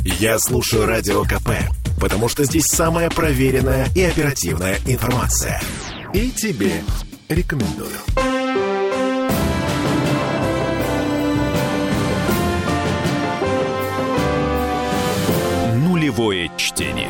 Я слушаю Радио КП, потому что здесь самая проверенная и оперативная информация. И тебе рекомендую. Нулевое чтение.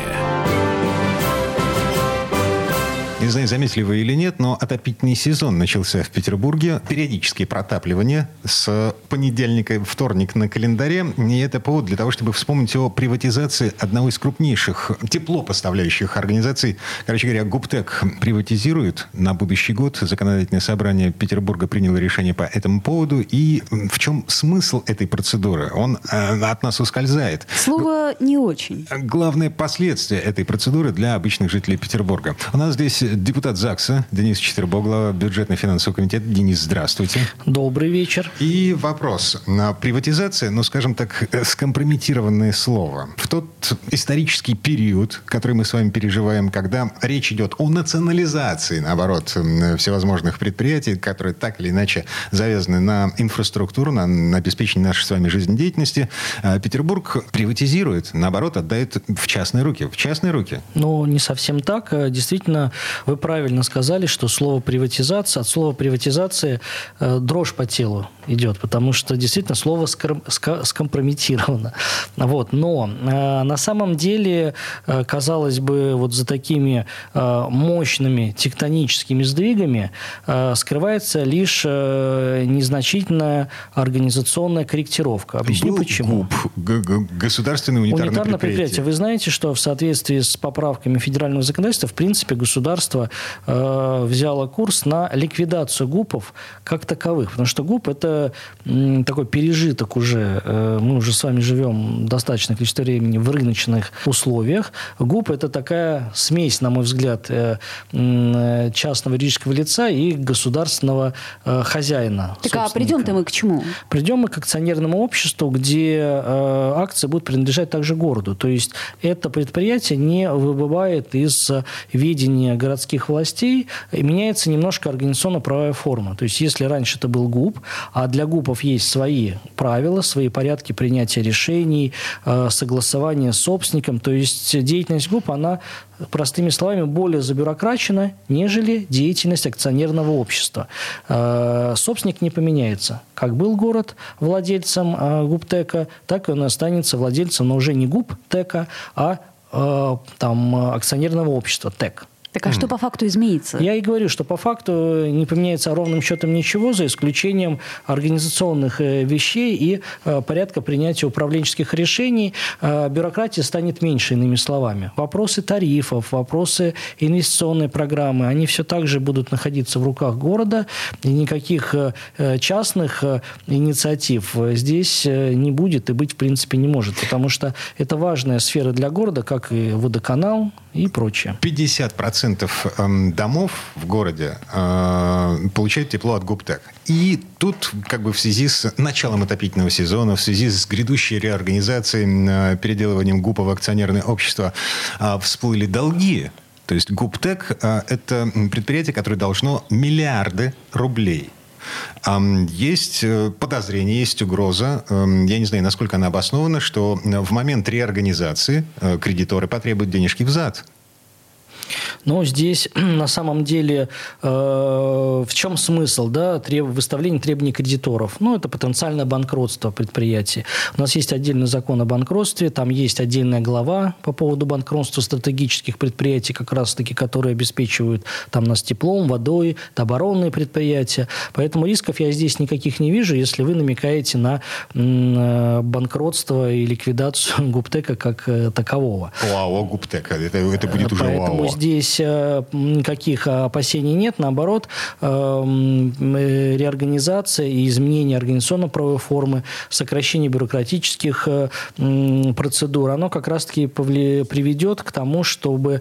Не знаю, заметили вы или нет, но отопительный сезон начался в Петербурге. Периодические протапливания с понедельника, вторник на календаре. И это повод для того, чтобы вспомнить о приватизации одного из крупнейших теплопоставляющих организаций. Короче говоря, ГУПТЭК приватизирует на будущий год. Законодательное собрание Петербурга приняло решение по этому поводу. И в чем смысл этой процедуры? Он от нас ускользает. Слово не очень. Главное последствие этой процедуры для обычных жителей Петербурга. У нас здесь депутат ЗАГСа Денис Четербок, глава бюджетно-финансового комитета. Денис, здравствуйте. Добрый вечер. И вопрос. Приватизация, скажем так, скомпрометированное слово. В тот исторический период, который мы с вами переживаем, когда речь идет о национализации, наоборот, всевозможных предприятий, которые так или иначе завязаны на инфраструктуру, на обеспечение нашей с вами жизнедеятельности, Петербург приватизирует, наоборот, отдает в частные руки. В частные руки. Не совсем так. Действительно, вы правильно сказали, что слово «приватизация», от слова «приватизация» дрожь по телу идет, потому что действительно слово скомпрометировано. Но на самом деле, казалось бы, за такими мощными тектоническими сдвигами скрывается лишь незначительная организационная корректировка. Объясню почему. ГУП, государственное унитарное предприятие. Вы знаете, что в соответствии с поправками федерального законодательства, в принципе, государство взяло курс на ликвидацию ГУПов как таковых. Потому что ГУП – это такой пережиток уже. Мы уже с вами живем достаточное количество времени в рыночных условиях. ГУП – это такая смесь, на мой взгляд, частного юридического лица и государственного хозяина. Так, придем-то мы к чему? Придем мы к акционерному обществу, где акции будут принадлежать также городу. То есть это предприятие не выбывает из ведения городских властей, и меняется немножко организационно-правовая форма. То есть если раньше это был ГУП, а для ГУПов есть свои правила, свои порядки принятия решений, согласования с собственником, то есть деятельность ГУП, она, простыми словами, более забюрокрачена, нежели деятельность акционерного общества. Собственник не поменяется. Как был город владельцем ГУПТЭКа, так и он останется владельцем, но уже не ГУПТЭКа, а акционерного общества ТЭК. Так, а что по факту изменится? Я и говорю, что по факту не поменяется ровным счетом ничего, за исключением организационных вещей и порядка принятия управленческих решений. Бюрократия станет меньше, иными словами. Вопросы тарифов, вопросы инвестиционной программы, они все так же будут находиться в руках города, и никаких частных инициатив здесь не будет и быть, в принципе, не может, потому что это важная сфера для города, как и водоканал и прочее. 50% домов в городе получают тепло от ГУПТЭК. И тут, в связи с началом отопительного сезона, в связи с грядущей реорганизацией, переделыванием ГУПа в акционерное общество, всплыли долги. То есть ГУПТЭК – это предприятие, которое должно миллиарды рублей. Есть подозрение, есть угроза, я не знаю, насколько она обоснована, что в момент реорганизации кредиторы потребуют денежки взад. Но здесь на самом деле в чем смысл выставления требований кредиторов? Это потенциальное банкротство предприятия. У нас есть отдельный закон о банкротстве, там есть отдельная глава по поводу банкротства стратегических предприятий, как раз-таки, которые обеспечивают нас теплом, водой, оборонные предприятия. Поэтому рисков я здесь никаких не вижу, если вы намекаете на банкротство и ликвидацию ГУПТЭКа как такового. ОАО ГУПТЭК, это будет уже Поэтому ОАО. Здесь никаких опасений нет. Наоборот, реорганизация и изменение организационно-правовой формы, сокращение бюрократических процедур, оно как раз-таки приведет к тому, что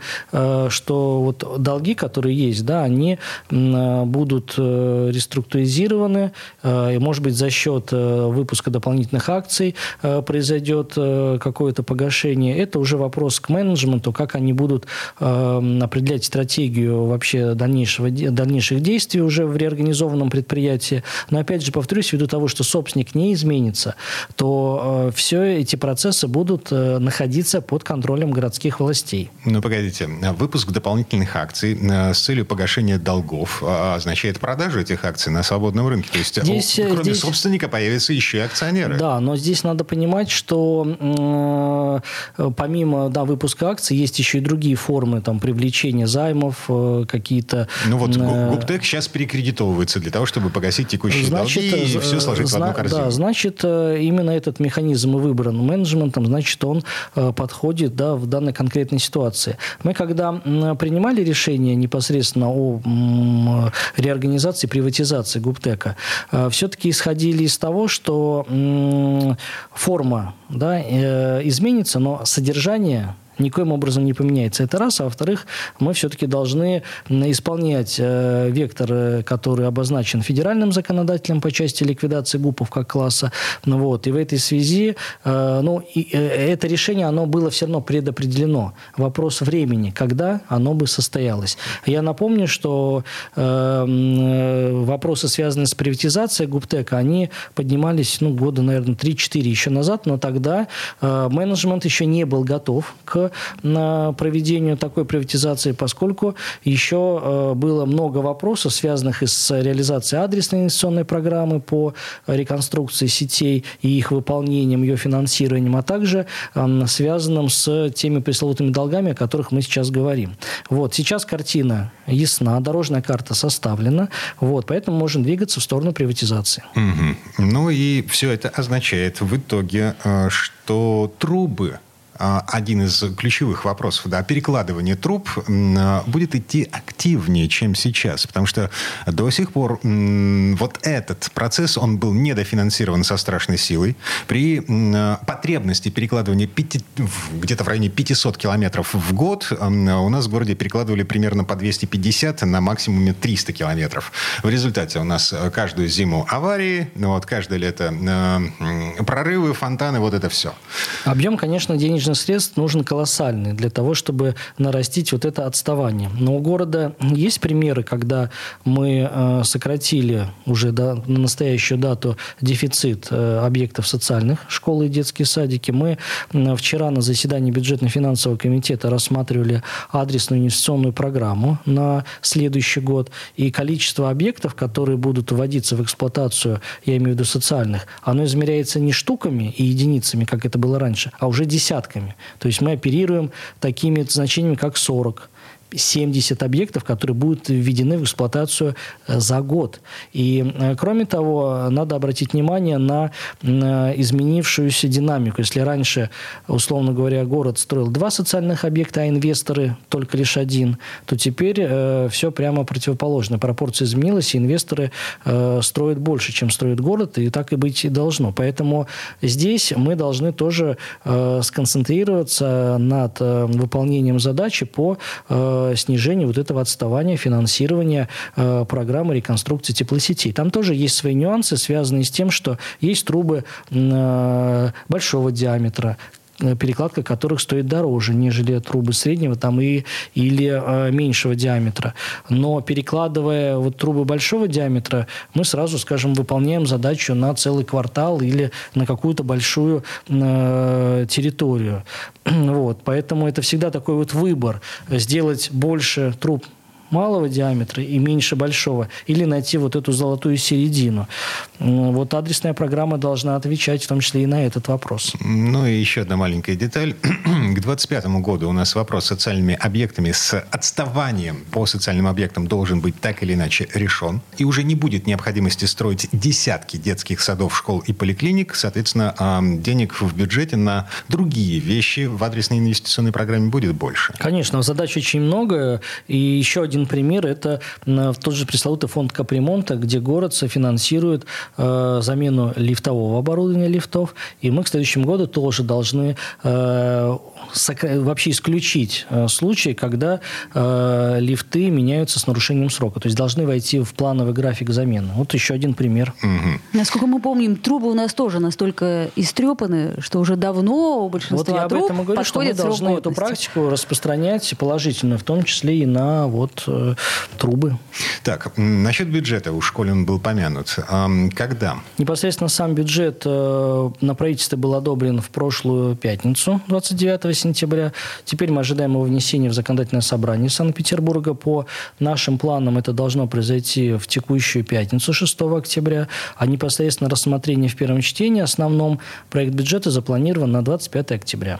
долги, которые есть, они будут реструктуризированы, и, может быть, за счет выпуска дополнительных акций произойдет какое-то погашение. Это уже вопрос к менеджменту, как они будут определять определять стратегию вообще дальнейших действий уже в реорганизованном предприятии. Но, опять же, повторюсь, ввиду того, что собственник не изменится, то все эти процессы будут находиться под контролем городских властей. Ну, погодите. Выпуск дополнительных акций с целью погашения долгов означает продажу этих акций на свободном рынке. То есть, кроме собственника, появятся еще и акционеры. Да, но здесь надо понимать, что помимо выпуска акций есть еще и другие формы там, привлечения займов, какие-то... Ну вот ГУПТЭК сейчас перекредитовывается для того, чтобы погасить текущие долги и все сложить в одну корзину. Да, значит, именно этот механизм и выбран менеджментом, значит, он подходит в данной конкретной ситуации. Мы, когда принимали решение непосредственно о реорганизации, приватизации ГУПТЭКа, все-таки исходили из того, что форма изменится, но содержание никоим образом не поменяется. Это раз. А во-вторых, мы все-таки должны исполнять вектор, который обозначен федеральным законодателем по части ликвидации ГУПов как класса. Вот. И в этой связи это решение, оно было все равно предопределено. Вопрос времени, когда оно бы состоялось. Я напомню, что вопросы, связанные с приватизацией ГУПТЭКа, они поднимались года, наверное, 3-4 еще назад, но тогда менеджмент еще не был готов к проведению такой приватизации, поскольку еще было много вопросов, связанных и с реализацией адресной инвестиционной программы по реконструкции сетей и их выполнением, ее финансированием, а также связанным с теми пресловутыми долгами, о которых мы сейчас говорим. Вот. Сейчас картина ясна, дорожная карта составлена, поэтому можем двигаться в сторону приватизации. Угу. Ну и все это означает в итоге, что трубы, один из ключевых вопросов, перекладывание труб будет идти активнее, чем сейчас. Потому что до сих пор вот этот процесс, он был недофинансирован со страшной силой. При потребности перекладывания где-то в районе 500 километров в год у нас в городе перекладывали примерно по 250, на максимуме 300 километров. В результате у нас каждую зиму аварии, каждое лето прорывы, фонтаны, вот это все. Объем, конечно, денежных средств нужен колоссальный для того, чтобы нарастить вот это отставание. Но у города есть примеры, когда мы сократили уже на настоящую дату дефицит объектов социальных, школы и детские садики. Мы вчера на заседании бюджетно-финансового комитета рассматривали адресную инвестиционную программу на следующий год. И количество объектов, которые будут вводиться в эксплуатацию, я имею в виду социальных, оно измеряется не штуками и единицами, как это было раньше, а уже десятками. То есть мы оперируем такими значениями, как 40, 70 объектов, которые будут введены в эксплуатацию за год. И, кроме того, надо обратить внимание на изменившуюся динамику. Если раньше, условно говоря, город строил 2 социальных объекта, а инвесторы только лишь 1, то теперь все прямо противоположно. Пропорция изменилась, и инвесторы строят больше, чем строит город, и так и быть и должно. Поэтому здесь мы должны тоже сконцентрироваться над выполнением задачи по снижению вот этого отставания финансирования программы реконструкции теплосетей. Там тоже есть свои нюансы, связанные с тем, что есть трубы большого диаметра, перекладка которых стоит дороже, нежели трубы среднего или меньшего диаметра. Но перекладывая трубы большого диаметра, мы сразу, выполняем задачу на целый квартал или на какую-то большую территорию. Поэтому это всегда такой выбор. Сделать больше труб малого диаметра и меньше большого, или найти эту золотую середину. Адресная программа должна отвечать в том числе и на этот вопрос. Ну и еще одна маленькая деталь. К 2025 году у нас вопрос с социальными объектами, с отставанием по социальным объектам должен быть так или иначе решен. И уже не будет необходимости строить десятки детских садов, школ и поликлиник. Соответственно, денег в бюджете на другие вещи в адресной инвестиционной программе будет больше. Конечно, задач очень много. И еще один один пример – это тот же пресловутый фонд капремонта, где город софинансирует замену лифтового оборудования лифтов. И мы к следующему году тоже должны вообще исключить случаи, когда лифты меняются с нарушением срока. То есть должны войти в плановый график замены. Вот еще один пример. Насколько мы помним, трубы у нас тоже настолько истрепаны, что уже давно у большинства вот я труб об этом и говорю, что мы должны эту практику распространять положительно, в том числе и на трубы. Так, насчет бюджета, уж коли он был помянут. Когда? Непосредственно сам бюджет на правительстве был одобрен в прошлую пятницу, 29 сентября. Теперь мы ожидаем его внесения в законодательное собрание Санкт-Петербурга. По нашим планам это должно произойти в текущую пятницу, 6 октября. А непосредственно рассмотрение в первом чтении основном проект бюджета запланирован на 25 октября.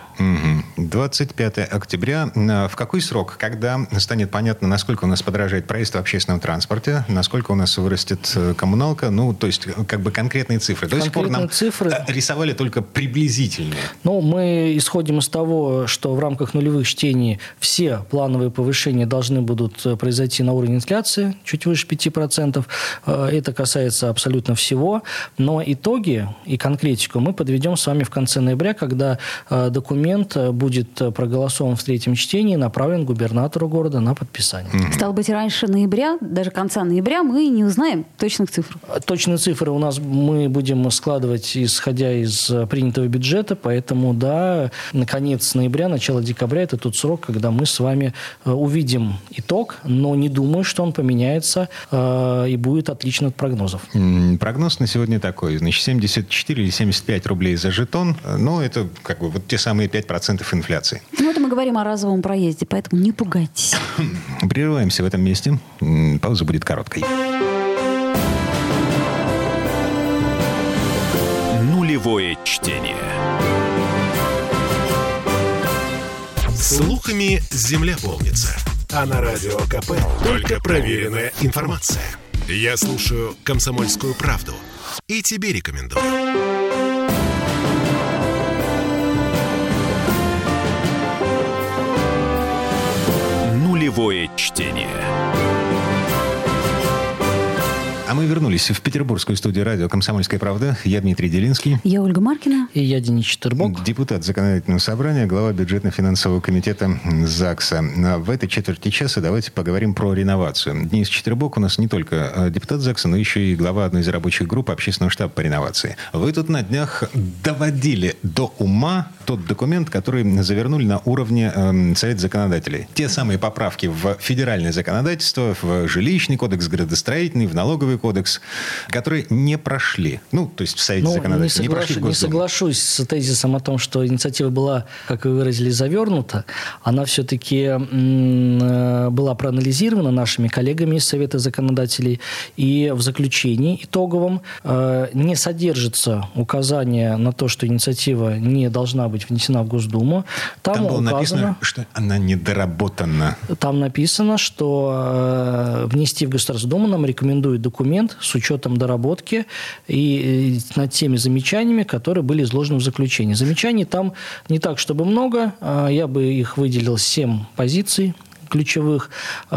25 октября. В какой срок? Когда станет понятно, насколько у нас подорожает проезд в общественном транспорте, насколько у нас вырастет коммуналка? Ну, то есть, как бы конкретные цифры. До сих пор нам рисовали только приблизительные. Ну, мы исходим из того, что в рамках нулевых чтений все плановые повышения должны будут произойти на уровне инфляции, чуть выше 5%. Это касается абсолютно всего. Но итоги и конкретику мы подведем с вами в конце ноября, когда документ будет проголосован в третьем чтении и направлен губернатору города на подписание. Стало быть, раньше ноября, даже конца ноября, мы не узнаем точных цифр. Точные цифры у нас мы будем складывать, исходя из принятого бюджета, поэтому, да, конец ноября, начало декабря – это тот срок, когда мы с вами увидим итог, но не думаю, что он поменяется и будет отличен от прогнозов. Прогноз на сегодня такой, значит, 74 или 75 рублей за жетон, но это как бы вот те самые 5% инфляции. Ну, это мы говорим о разовом проезде, поэтому не пугайтесь. Прерываемся в этом месте. Пауза будет короткой. Нулевое чтение. Слухами земля полнится. А на радио КП только проверенная информация. Я слушаю «Комсомольскую правду» и тебе рекомендую. Нулевое чтение. А мы вернулись в петербургскую студию радио «Комсомольская правда». Я Дмитрий Делинский. Я Ольга Маркина. И я Денис Четербок. Депутат Законодательного собрания, глава бюджетно-финансового комитета ЗАГСа. В этой четверти часа давайте поговорим про реновацию. Денис Четербок у нас не только депутат ЗАГСа, но еще и глава одной из рабочих групп общественного штаба по реновации. Вы тут на днях доводили до ума тот документ, который завернули на уровне Совета законодателей. Те самые поправки в федеральное законодательство, в жилищный кодекс, градостроительный, в налоговый кодекс, которые не прошли. Ну, то есть в Совете законодателей не прошли в Госдуму. Не соглашусь с тезисом о том, что инициатива была, как вы выразили, завернута. Она все-таки была проанализирована нашими коллегами из Совета законодателей. И в заключении итоговом не содержится указание на то, что инициатива не должна быть внесена в Госдуму. Там было написано, что она недоработана. Там написано, что внести в Государственную Думу нам рекомендует документ с учетом доработки и над теми замечаниями, которые были изложены в заключении. Замечаний там не так, чтобы много. Я бы их выделил 7 позиций ключевых.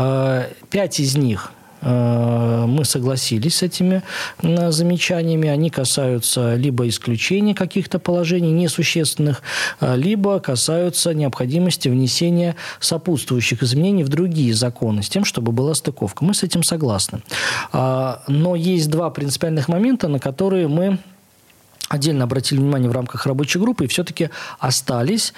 5 из них мы согласились с этими замечаниями. Они касаются либо исключения каких-то положений несущественных, либо касаются необходимости внесения сопутствующих изменений в другие законы, с тем, чтобы была стыковка. Мы с этим согласны. Но есть 2 принципиальных момента, на которые мы отдельно обратили внимание в рамках рабочей группы и все-таки остались,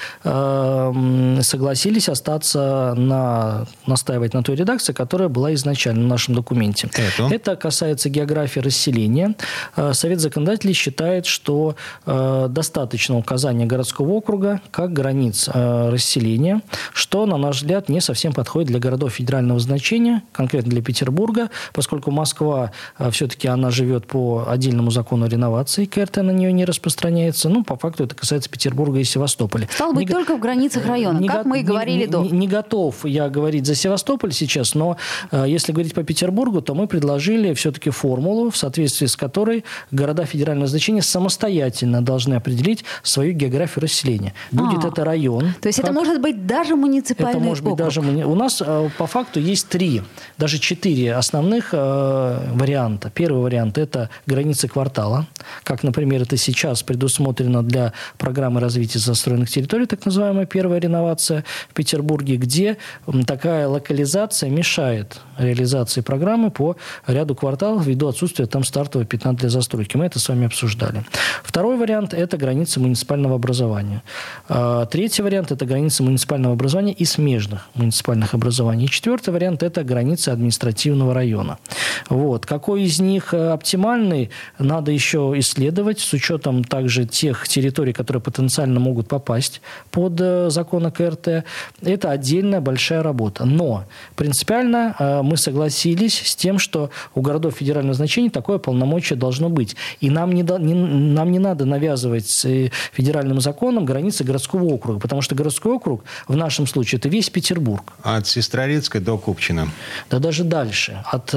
согласились остаться настаивать на той редакции, которая была изначально в нашем документе. Это касается географии расселения. Совет законодателей считает, что достаточно указания городского округа как границ расселения, что, на наш взгляд, не совсем подходит для городов федерального значения, конкретно для Петербурга, поскольку Москва все-таки она живет по отдельному закону о реновации, КРТ на нее не распространяется. По факту это касается Петербурга и Севастополя. Стало быть, только в границах района, как мы и говорили до. Не готов я говорить за Севастополь сейчас, но если говорить по Петербургу, то мы предложили все-таки формулу, в соответствии с которой города федерального значения самостоятельно должны определить свою географию расселения. Будет это район. То есть это может быть даже муниципальный округ? Это может быть даже... У нас по факту есть 3, даже 4 основных варианта. Первый вариант – это границы квартала, как, например, это сейчас предусмотрено для программы развития застроенных территорий, так называемая первая реновация в Петербурге, где такая локализация мешает реализации программы по ряду кварталов ввиду отсутствия там стартового пятна для застройки. Мы это с вами обсуждали. Второй вариант – это границы муниципального образования. Третий вариант – это границы муниципального образования и смежных муниципальных образований. И четвертый вариант – это границы административного района. Какой из них оптимальный, надо еще исследовать с учетом также тех территорий, которые потенциально могут попасть под закон о КРТ. Это отдельная большая работа. Но принципиально мы согласились с тем, что у городов федерального значения такое полномочие должно быть. И нам не надо навязывать с федеральным законом границы городского округа, потому что городской округ в нашем случае это весь Петербург. От Сестрорецка до Купчино. Да даже дальше. От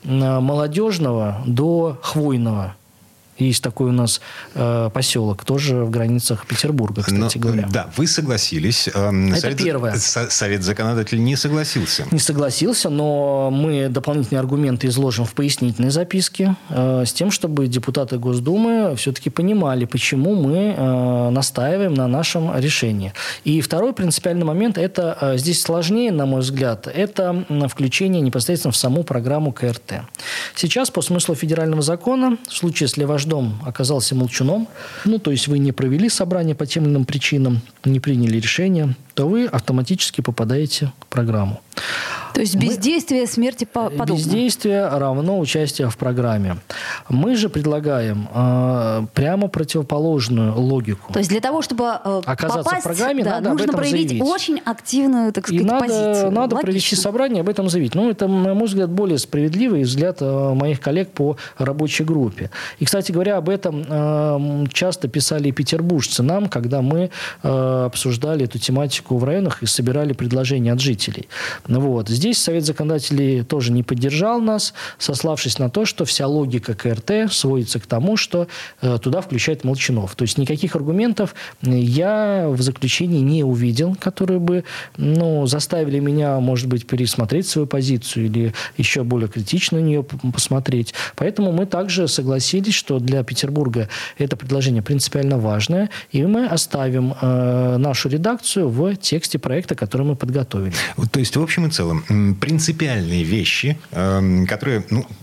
Молодежного до Хвойного. Есть такой у нас поселок, тоже в границах Петербурга, кстати говоря. Да, вы согласились. Это первое. Совет законодателей не согласился. Не согласился, но мы дополнительные аргументы изложим в пояснительной записке с тем, чтобы депутаты Госдумы все-таки понимали, почему мы настаиваем на нашем решении. И второй принципиальный момент, это здесь сложнее, на мой взгляд, это включение непосредственно в саму программу КРТ. Сейчас, по смыслу федерального закона, в случае, если ваш дом оказался молчуном, то есть вы не провели собрание по тем или иным причинам, не приняли решение, то вы автоматически попадаете в программу. То есть бездействие смерти подобно? Бездействие равно участию в программе. Мы же предлагаем прямо противоположную логику. То есть для того, чтобы оказаться попасть, в программе, надо нужно об этом проявить заявить. Очень активную, так сказать, позицию. Надо провести собрание, об этом заявить. Это, на мой взгляд, более справедливый взгляд моих коллег по рабочей группе. И, кстати говоря, об этом часто писали и петербуржцы нам, когда мы обсуждали эту тематику в районах и собирали предложения от жителей. Здесь Совет законодателей тоже не поддержал нас, сославшись на то, что вся логика КРТ сводится к тому, что туда включают молчунов. То есть никаких аргументов я в заключении не увидел, которые бы заставили меня, может быть, пересмотреть свою позицию или еще более критично на нее посмотреть. Поэтому мы также согласились, что для Петербурга это предложение принципиально важное, и мы оставим нашу редакцию в тексте проекта, который мы подготовили. То есть, в общем и целом, принципиальные вещи, которые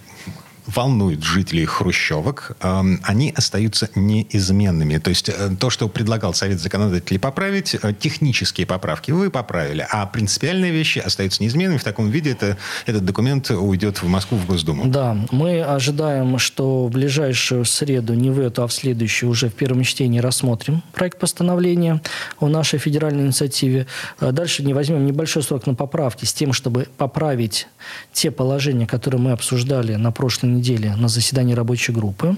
волнуют жителей хрущевок, они остаются неизменными. То есть то, что предлагал Совет законодателей поправить, технические поправки вы поправили, а принципиальные вещи остаются неизменными. В таком виде этот документ уйдет в Москву, в Госдуму. Да, мы ожидаем, что в ближайшую среду, не в эту, а в следующую, уже в первом чтении рассмотрим проект постановления о нашей федеральной инициативе. Дальше не возьмем небольшой срок на поправки с тем, чтобы поправить те положения, которые мы обсуждали на прошлой неделе на заседании рабочей группы.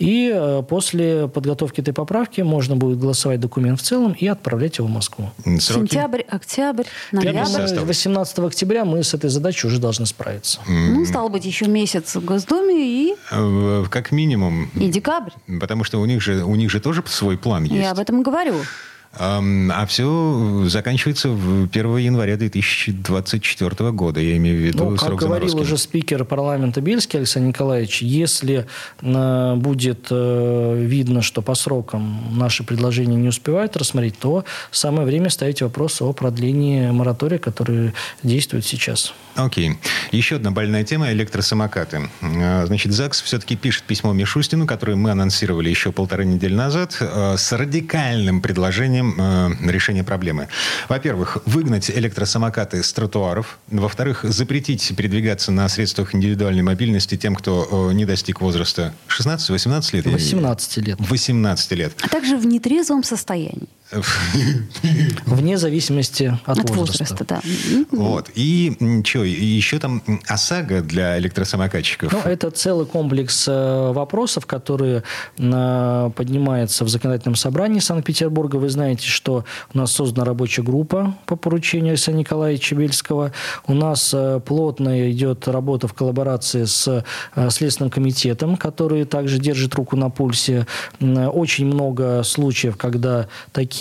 И после подготовки этой поправки можно будет голосовать документ в целом и отправлять его в Москву. Сроки? Сентябрь, октябрь, ноябрь. 18 октября мы с этой задачей уже должны справиться. Стало быть, еще месяц в Госдуме и... Как минимум. И декабрь. Потому что у них же тоже свой план есть. Я об этом и говорю. А все заканчивается 1 января 2024 года, я имею в виду срок как говорил заморозки. уже спикер парламента Бельский Александр Николаевич, если будет видно, что по срокам наши предложения не успевают рассмотреть, то самое время ставить вопрос о продлении моратория, который действует сейчас. Окей. Еще одна больная тема – электросамокаты. Значит, ЗАГС все-таки пишет письмо Мишустину, которое мы анонсировали еще 1,5 недели назад, с радикальным предложением решения проблемы. Во-первых, выгнать электросамокаты с тротуаров. Во-вторых, запретить передвигаться на средствах индивидуальной мобильности тем, кто не достиг возраста 16-18 лет? 18 лет. 18 лет. А также в нетрезвом состоянии. Вне зависимости от возраста. Да. Вот. И что, еще там ОСАГО для электросамокатчиков? Ну, это целый комплекс вопросов, которые поднимаются в законодательном собрании Санкт-Петербурга. Вы знаете, что у нас создана рабочая группа по поручению Александра Николаевича Бельского. У нас плотно идет работа в коллаборации с Следственным комитетом, который также держит руку на пульсе. Очень много случаев, когда такие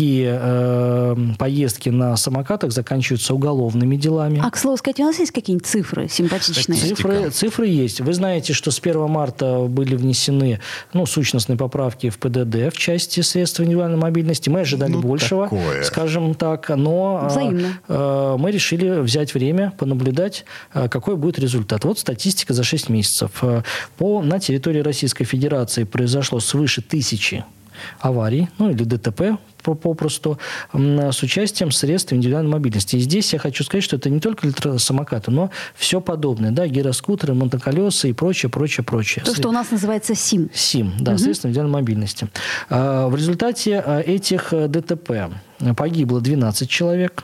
поездки на самокатах заканчиваются уголовными делами. А, к слову сказать, у нас есть какие-нибудь цифры симпатичные? Цифры есть. Вы знаете, что с 1 марта были внесены сущностные поправки в ПДД в части средств индивидуальной мобильности. Мы ожидали большего, скажем так, но мы решили взять время, понаблюдать, какой будет результат. Вот статистика за 6 месяцев. На территории Российской Федерации произошло свыше 1000 аварий, или ДТП попросту, с участием средств индивидуальной мобильности. И здесь я хочу сказать, что это не только электросамокаты, но все подобное. Да, гироскутеры, мотоколеса и прочее. То, что у нас называется СИМ. СИМ, да, средства индивидуальной мобильности. В результате этих ДТП погибло 12 человек.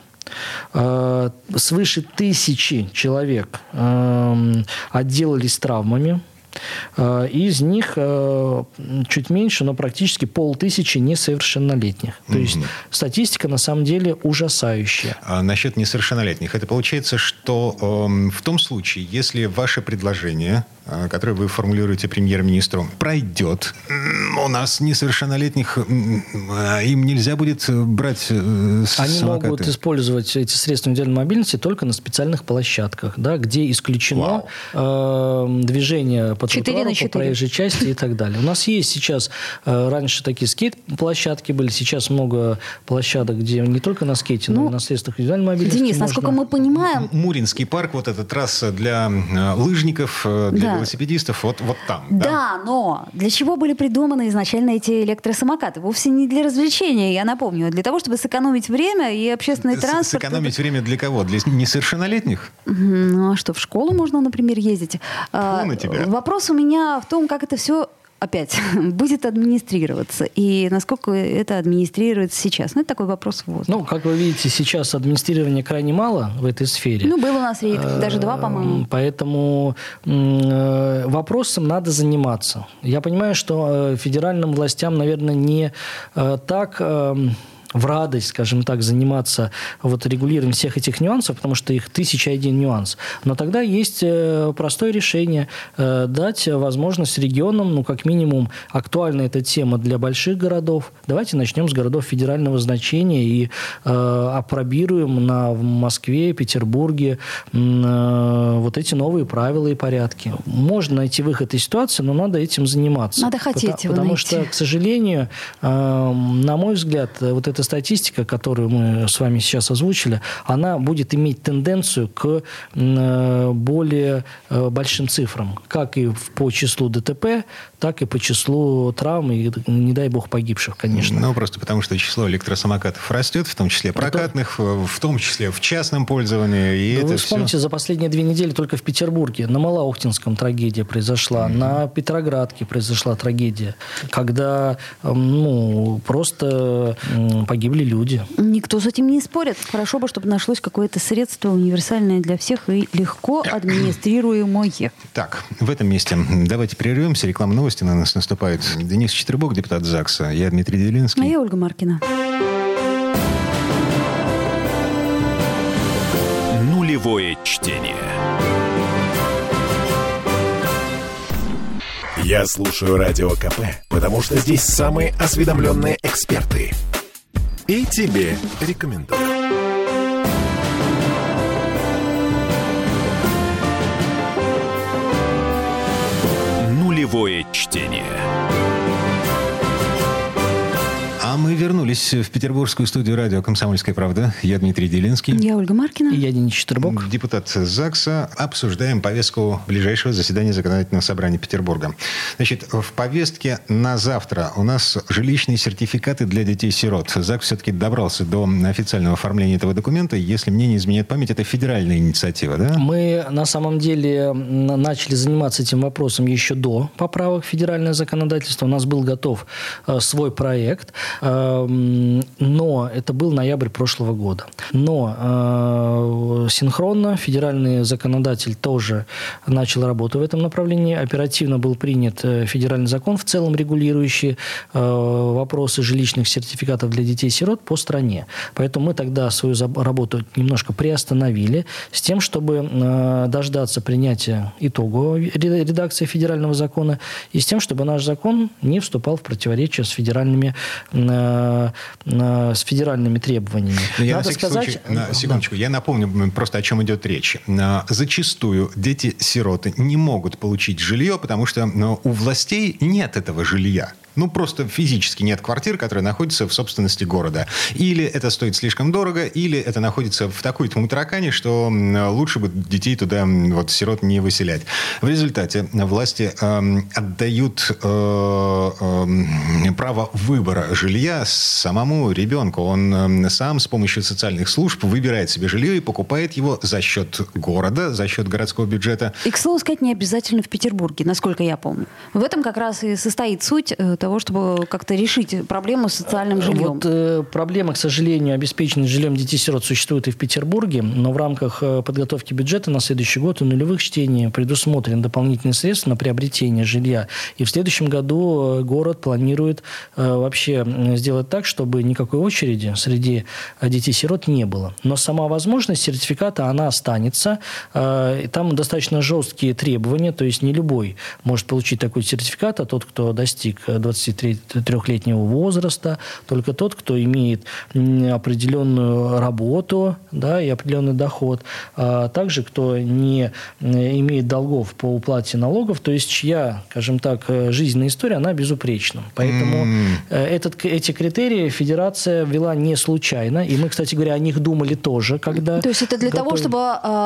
Свыше 1000 человек отделались травмами. Из них чуть меньше, но практически 500 несовершеннолетних. То есть статистика на самом деле ужасающая. А насчет несовершеннолетних, это получается, что в том случае, если ваше предложение, которое вы формулируете премьер-министру, пройдет, у нас несовершеннолетних, им нельзя будет брать самокаты? Они могут использовать эти средства индивидуальной мобильности только на специальных площадках, да, где исключено движение по тротуару, по проезжей части и так далее. У нас есть сейчас, раньше такие скейт-площадки были, сейчас много площадок, где не только на скейте, но и на средствах индивидуальной мобильности. Денис, насколько мы понимаем... Муринский парк, вот эта трасса для лыжников, для велосипедистов, вот там. Да, но для чего были придуманы изначально эти электросамокаты? Вовсе не для развлечения, я напомню, а для того, чтобы сэкономить время и общественный транспорт. Сэкономить время для кого? Для несовершеннолетних? Ну, а что, в школу можно, например, ездить? На тебя. Вопрос у меня в том, как это все опять будет администрироваться. И насколько это администрируется сейчас. Это такой вопрос в воздухе. Как вы видите, сейчас администрирования крайне мало в этой сфере. Был у нас рейд, даже 2, по-моему. Поэтому вопросом надо заниматься. Я понимаю, что федеральным властям, наверное, не так... в радость, скажем так, заниматься регулированием всех этих нюансов, потому что их 1001 нюанс. Но тогда есть простое решение дать возможность регионам, как минимум, актуальна эта тема для больших городов. Давайте начнем с городов федерального значения и опробируем в Москве, Петербурге эти новые правила и порядки. Можно найти выход из ситуации, но надо этим заниматься. Надо хотеть его Потому найти. что, к сожалению, на мой взгляд, эта статистика, которую мы с вами сейчас озвучили, она будет иметь тенденцию к более большим цифрам. Как и по числу ДТП, так и по числу травм и, не дай бог, погибших, конечно. Просто потому, что число электросамокатов растет, в том числе прокатных, в том числе в частном пользовании. И это вы вспомните, за последние 2 недели только в Петербурге на Малоохтинском трагедия произошла, на Петроградке произошла трагедия, когда просто погибли люди. Никто с этим не спорит. Хорошо бы, чтобы нашлось какое-то средство универсальное для всех и легко администрируемое. Так, в этом месте давайте прервемся. Рекламные новости на нас наступают. Денис Четербок, депутат ЗАГСа. Я Дмитрий Делинский. А я Ольга Маркина. Нулевое чтение. Я слушаю Радио КП, потому что здесь самые осведомленные эксперты. И тебе рекомендую. Нулевое чтение. А мы вернулись в петербургскую студию радио «Комсомольская правда». Я Дмитрий Делинский. Я Ольга Маркина. И я Денис Четербок. Депутат ЗАГСа. Обсуждаем повестку ближайшего заседания Законодательного собрания Петербурга. Значит, в повестке на завтра у нас жилищные сертификаты для детей-сирот. ЗАГС все-таки добрался до официального оформления этого документа. Если мне не изменяет память, это федеральная инициатива, да? Мы, на самом деле, начали заниматься этим вопросом еще до поправок в федеральное законодательство. У нас был готов свой проект. Но Но это был ноябрь прошлого года. Но синхронно федеральный законодатель тоже начал работу в этом направлении. Оперативно был принят федеральный закон, в целом регулирующий вопросы жилищных сертификатов для детей-сирот по стране. Поэтому мы тогда свою работу немножко приостановили с тем, чтобы дождаться принятия итоговой редакции федерального закона и с тем, чтобы наш закон не вступал в противоречие с федеральными требованиями. Я надо сказать... Секундочку, я напомню просто, о чем идет речь. Зачастую дети-сироты не могут получить жилье, потому что у властей нет этого жилья. Просто физически нет квартир, которые находятся в собственности города. Или это стоит слишком дорого, или это находится в такой-то мутракане, что лучше бы детей туда, сирот, не выселять. В результате власти отдают право выбора жилья самому ребенку. Он сам с помощью социальных служб выбирает себе жилье и покупает его за счет города, за счет городского бюджета. И, к слову сказать, не обязательно в Петербурге, насколько я помню. В этом как раз и состоит суть того, чтобы как-то решить проблему с социальным жильем. Проблема, к сожалению, обеспеченность жильем детей-сирот существует и в Петербурге, но в рамках подготовки бюджета на следующий год и нулевых чтений предусмотрены дополнительные средства на приобретение жилья. И в следующем году город планирует вообще сделать так, чтобы никакой очереди среди детей-сирот не было. Но сама возможность сертификата, она останется. Там достаточно жесткие требования, то есть не любой может получить такой сертификат, а тот, кто достиг 23-летнего возраста, только тот, кто имеет определенную работу, да, и определенный доход, а также кто не имеет долгов по уплате налогов, то есть чья, скажем так, жизненная история, она безупречна. Поэтому эти критерии федерация ввела не случайно, и мы, кстати говоря, о них думали тоже, когда... То есть это для того, чтобы,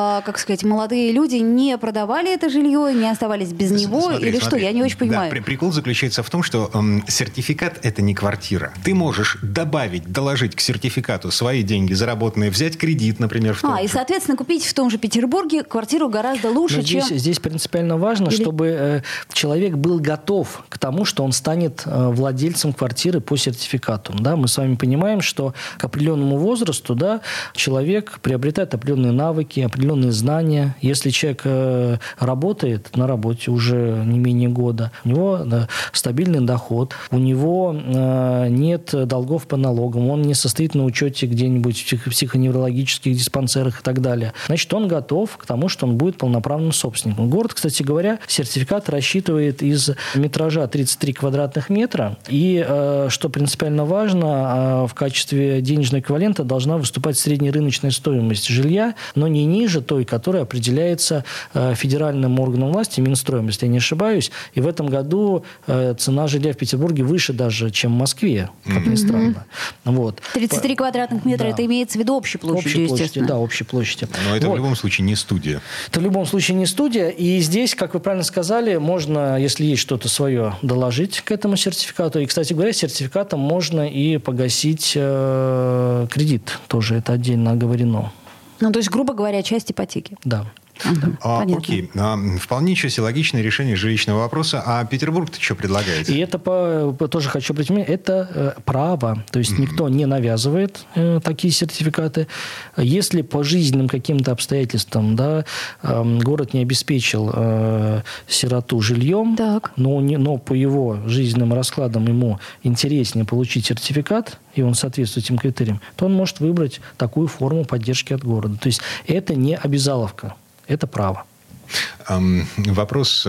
молодые люди не продавали это жилье, не оставались без него, или что? Я не очень понимаю. Да, прикол заключается в том, что сертификат – это не квартира. Ты можешь доложить к сертификату свои деньги заработанные, взять кредит, например. И, соответственно, купить в том же Петербурге квартиру гораздо лучше, чем... Здесь принципиально важно, чтобы человек был готов к тому, что он станет владельцем квартиры по сертификату. Да? Мы с вами понимаем, что к определенному возрасту, да, человек приобретает определенные навыки, определенные знания. Если человек работает на работе уже не менее года, у него стабильный доход, у него нет долгов по налогам, он не состоит на учете где-нибудь в психоневрологических диспансерах и так далее. Значит, он готов к тому, что он будет полноправным собственником. Город, кстати говоря, сертификат рассчитывает из метража 33 квадратных метра. И, что принципиально важно, в качестве денежного эквивалента должна выступать среднерыночная стоимость жилья, но не ниже той, которая определяется федеральным органом власти, Минстроем, если я не ошибаюсь. И в этом году цена жилья в Петербурге выше даже, чем в Москве, как ни странно. 33 квадратных метра, да. Это имеется в виду общей площадью, естественно. Да, общей площади. Но это в любом случае не студия. Это в любом случае не студия. И здесь, как вы правильно сказали, можно, если есть что-то свое, доложить к этому сертификату. И, кстати говоря, сертификатом можно и погасить кредит. Тоже это отдельно оговорено. То есть, грубо говоря, часть ипотеки. Да. Окей. Вполне себе логичное решение жилищного вопроса. А Петербург-то что предлагает? И это, тоже хочу обратить внимание, это право. То есть никто не навязывает такие сертификаты. Если по жизненным каким-то обстоятельствам, да, город не обеспечил сироту жильем, но по его жизненным раскладам ему интереснее получить сертификат, и он соответствует этим критериям, то он может выбрать такую форму поддержки от города. То есть это не обязаловка. Это право. Вопрос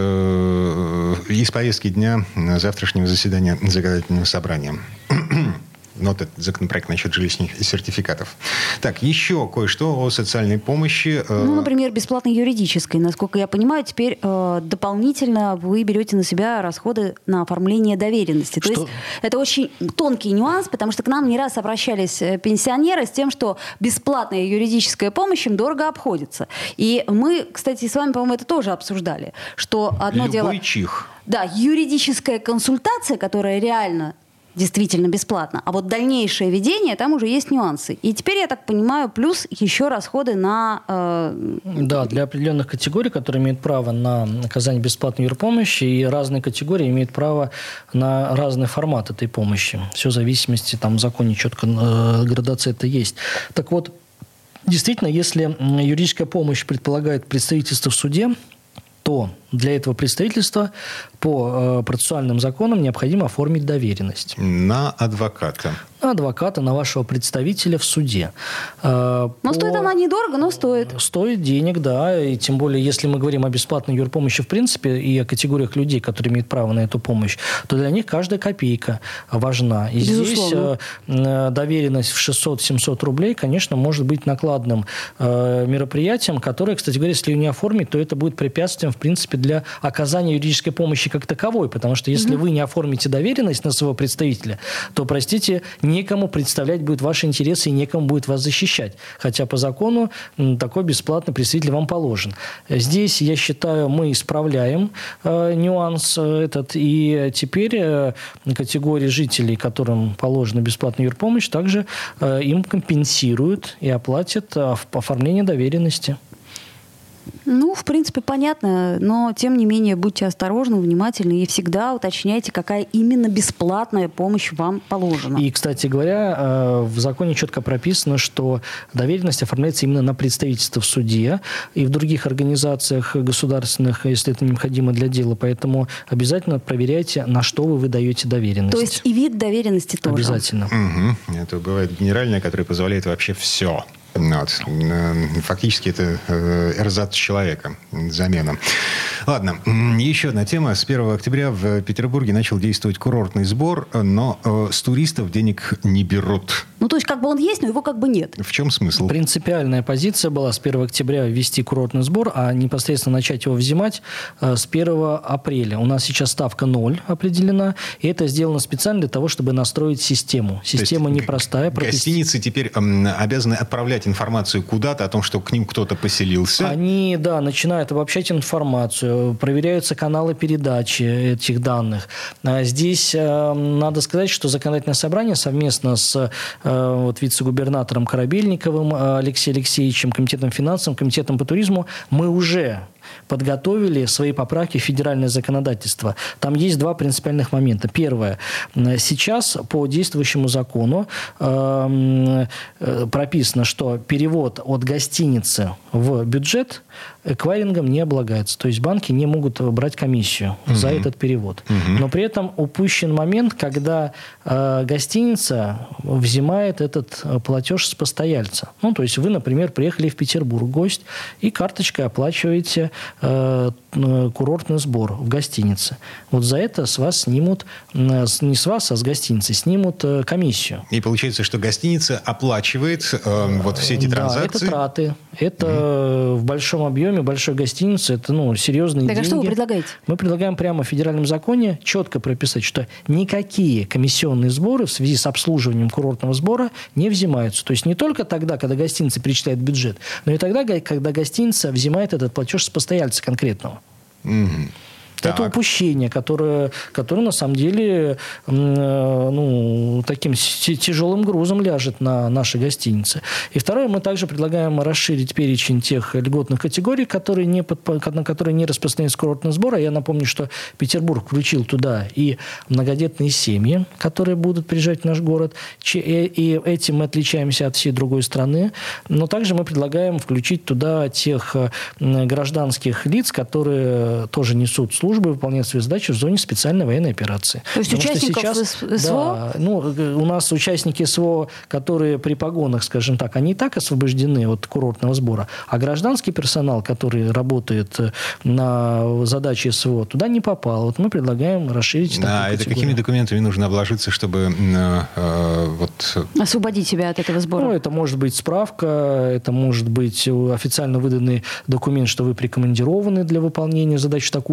из повестки дня завтрашнего заседания законодательного собрания. Вот этот законопроект насчет жилищных сертификатов. Так, еще кое-что о социальной помощи. Например, бесплатной юридической. Насколько я понимаю, теперь дополнительно вы берете на себя расходы на оформление доверенности. То есть это очень тонкий нюанс, потому что к нам не раз обращались пенсионеры с тем, что бесплатная юридическая помощь им дорого обходится. И мы, кстати, с вами, по-моему, это тоже обсуждали, что одно дело... Любой чих. Да, юридическая консультация, которая реально действительно бесплатно. А вот дальнейшее ведение, там уже есть нюансы. И теперь, я так понимаю, плюс еще расходы на... Да, для определенных категорий, которые имеют право на оказание бесплатной юрпомощи, и разные категории имеют право на разный формат этой помощи. Все в зависимости, там в законе четко градация это есть. Так вот, действительно, если юридическая помощь предполагает представительство в суде, то для этого представительства по процессуальным законам необходимо оформить доверенность. На адвоката. На адвоката, на вашего представителя в суде. Но стоит она недорого, но стоит. Стоит денег, да. И тем более, если мы говорим о бесплатной юрпомощи в принципе и о категориях людей, которые имеют право на эту помощь, то для них каждая копейка важна. И безусловно. Здесь доверенность в 600-700 рублей, конечно, может быть накладным мероприятием, которое, кстати говоря, если ее не оформить, то это будет препятствием, в принципе, для оказания юридической помощи как таковой. Потому что если вы не оформите доверенность на своего представителя, то, простите, некому представлять будет ваши интересы и некому будет вас защищать. Хотя по закону такой бесплатный представитель вам положен. Здесь, я считаю, мы исправляем нюанс этот. И теперь категории жителей, которым положена бесплатная юрпомощь, также им компенсируют и оплатят оформление доверенности. Ну, в принципе, понятно, но, тем не менее, будьте осторожны, внимательны и всегда уточняйте, какая именно бесплатная помощь вам положена. И, кстати говоря, в законе четко прописано, что доверенность оформляется именно на представительство в суде и в других организациях государственных, если это необходимо для дела. Поэтому обязательно проверяйте, на что вы выдаете доверенность. То есть и вид доверенности тоже. Обязательно. Угу. Это бывает генеральная, которая позволяет вообще все. Вот. Фактически это эрзац человека, замена. Ладно, еще одна тема. С 1 октября в Петербурге начал действовать курортный сбор, но с туристов денег не берут. Ну, то есть как бы он есть, но его как бы нет. В чем смысл? Принципиальная позиция была с 1 октября ввести курортный сбор, а непосредственно начать его взимать с 1 апреля. У нас сейчас ставка 0 определена, и это сделано специально для того, чтобы настроить систему. Система непростая. Гостиницы теперь обязаны отправлять информацию куда-то о том, что к ним кто-то поселился. Они, да, начинают обобщать информацию, проверяются каналы передачи этих данных. Здесь надо сказать, что законодательное собрание совместно с вице-губернатором Корабельниковым Алексеем Алексеевичем, комитетом финансов, комитетом по туризму, мы уже подготовили свои поправки в федеральное законодательство. Там есть два принципиальных момента. Первое. Сейчас по действующему закону прописано, что перевод от гостиницы в бюджет эквайрингом не облагается. То есть банки не могут брать комиссию за этот перевод. Но при этом упущен момент, когда гостиница взимает этот платеж с постояльца. Ну, то есть вы, например, приехали в Петербург, гость, и карточкой оплачиваете курортный сбор в гостинице. Вот за это с вас снимут, не с вас, а с гостиницы, снимут комиссию. И получается, что гостиница оплачивает вот все эти транзакции? Да, это траты. Это в большом объеме, большой гостинице, это серьезные деньги. Так а что вы предлагаете? Мы предлагаем прямо в федеральном законе четко прописать, что никакие комиссионные сборы в связи с обслуживанием курортного сбора не взимаются. То есть не только тогда, когда гостиница перечисляет бюджет, но и тогда, когда гостиница взимает этот платеж с постояльца конкретного. Это упущение, которое на самом деле таким тяжелым грузом ляжет на наши гостиницы. И второе, мы также предлагаем расширить перечень тех льготных категорий, на которые не распространяется курортный сбор. А я напомню, что Петербург включил туда и многодетные семьи, которые будут приезжать в наш город. И этим мы отличаемся от всей другой страны. Но также мы предлагаем включить туда тех гражданских лиц, которые тоже несут службу, выполняют свои задачи в зоне специальной военной операции. То есть участников СВО? Да, у нас участники СВО, которые при погонах, скажем так, они и так освобождены от курортного сбора, а гражданский персонал, который работает на задачи СВО, туда не попал. Вот мы предлагаем расширить такую категорию. Это какими документами нужно обложиться, чтобы освободить себя от этого сбора? Это может быть справка, это может быть официально выданный документ, что вы прикомандированы для выполнения задач в такую-то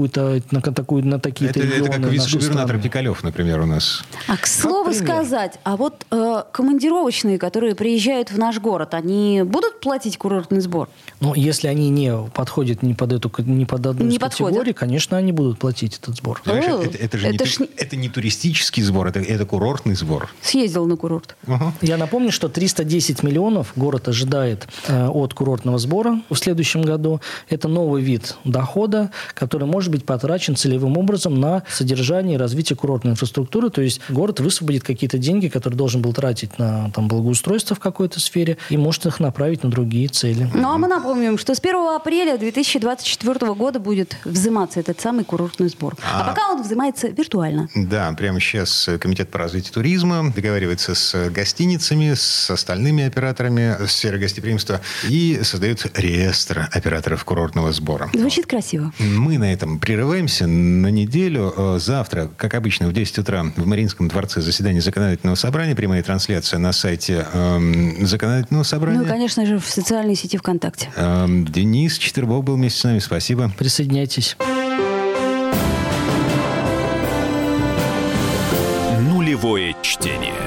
такие-то регионы. Это как вице-губернатор Пикалев, например, у нас. А к слову сказать, а вот командировочные, которые приезжают в наш город, они будут платить курортный сбор? Ну, если они не подходят ни под одну из категорий, конечно, они будут платить этот сбор. Это не туристический сбор, это курортный сбор. Съездил на курорт. Я напомню, что 310 миллионов город ожидает от курортного сбора в следующем году. Это новый вид дохода, который может быть потрачен целевым образом на содержание и развитие курортной инфраструктуры. То есть город высвободит какие-то деньги, которые должен был тратить на благоустройство в какой-то сфере, и может их направить на другие цели. Ну, а мы напомним, что с 1 апреля 2024 года будет взиматься этот самый курортный сбор. А пока он взимается виртуально. Да, прямо сейчас Комитет по развитию туризма договаривается с гостиницами, с остальными операторами сферы гостеприимства и создает реестр операторов курортного сбора. Звучит красиво. Мы на этом прерываемся на неделю. Завтра, как обычно, в 10 утра в Мариинском дворце заседание законодательного собрания. Прямая трансляция на сайте законодательного собрания. Ну и, конечно же, в социальной сети ВКонтакте. Денис Четвербок был вместе с нами. Спасибо. Присоединяйтесь. Нулевое чтение.